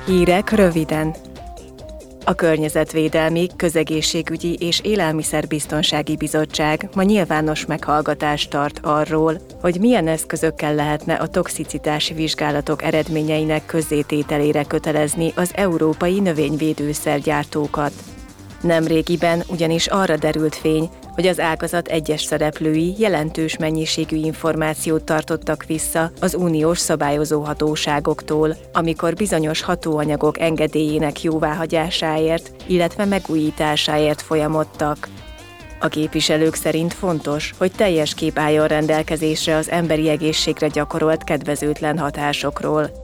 Hírek röviden. A Környezetvédelmi, Közegészségügyi és Élelmiszerbiztonsági Bizottság ma nyilvános meghallgatást tart arról, hogy milyen eszközökkel lehetne a toxicitási vizsgálatok eredményeinek közzétételére kötelezni az európai növényvédőszergyártókat. Nemrégiben ugyanis arra derült fény, hogy az ágazat egyes szereplői jelentős mennyiségű információt tartottak vissza az uniós szabályozó hatóságoktól, amikor bizonyos hatóanyagok engedélyének jóváhagyásáért, illetve megújításáért folyamodtak. A képviselők szerint fontos, hogy teljes kép álljon rendelkezésre az emberi egészségre gyakorolt kedvezőtlen hatásokról.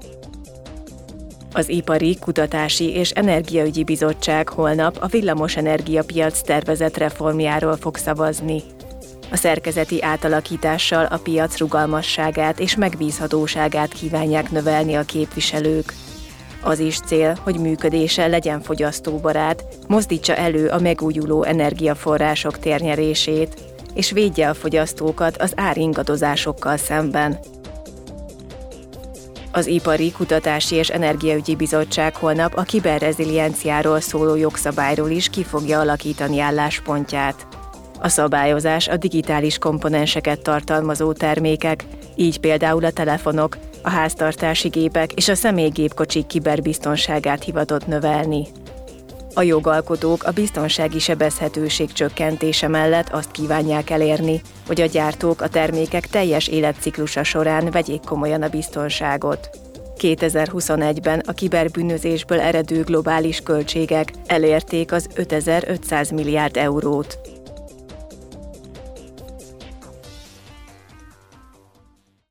Az Ipari, Kutatási és Energiaügyi Bizottság holnap a villamosenergiapiac tervezett reformjáról fog szavazni. A szerkezeti átalakítással a piac rugalmasságát és megbízhatóságát kívánják növelni a képviselők. Az is cél, hogy működése legyen fogyasztóbarát, mozdítsa elő a megújuló energiaforrások térnyerését, és védje a fogyasztókat az áringadozásokkal szemben. Az Ipari, Kutatási és Energiaügyi Bizottság holnap a kiberrezilienciáról szóló jogszabályról is ki fogja alakítani álláspontját. A szabályozás a digitális komponenseket tartalmazó termékek, így például a telefonok, a háztartási gépek és a személygépkocsik kiberbiztonságát hivatott növelni. A jogalkotók a biztonsági sebezhetőség csökkentése mellett azt kívánják elérni, hogy a gyártók a termékek teljes életciklusa során vegyék komolyan a biztonságot. 2021-ben a kiberbűnözésből eredő globális költségek elérték az 5500 milliárd eurót.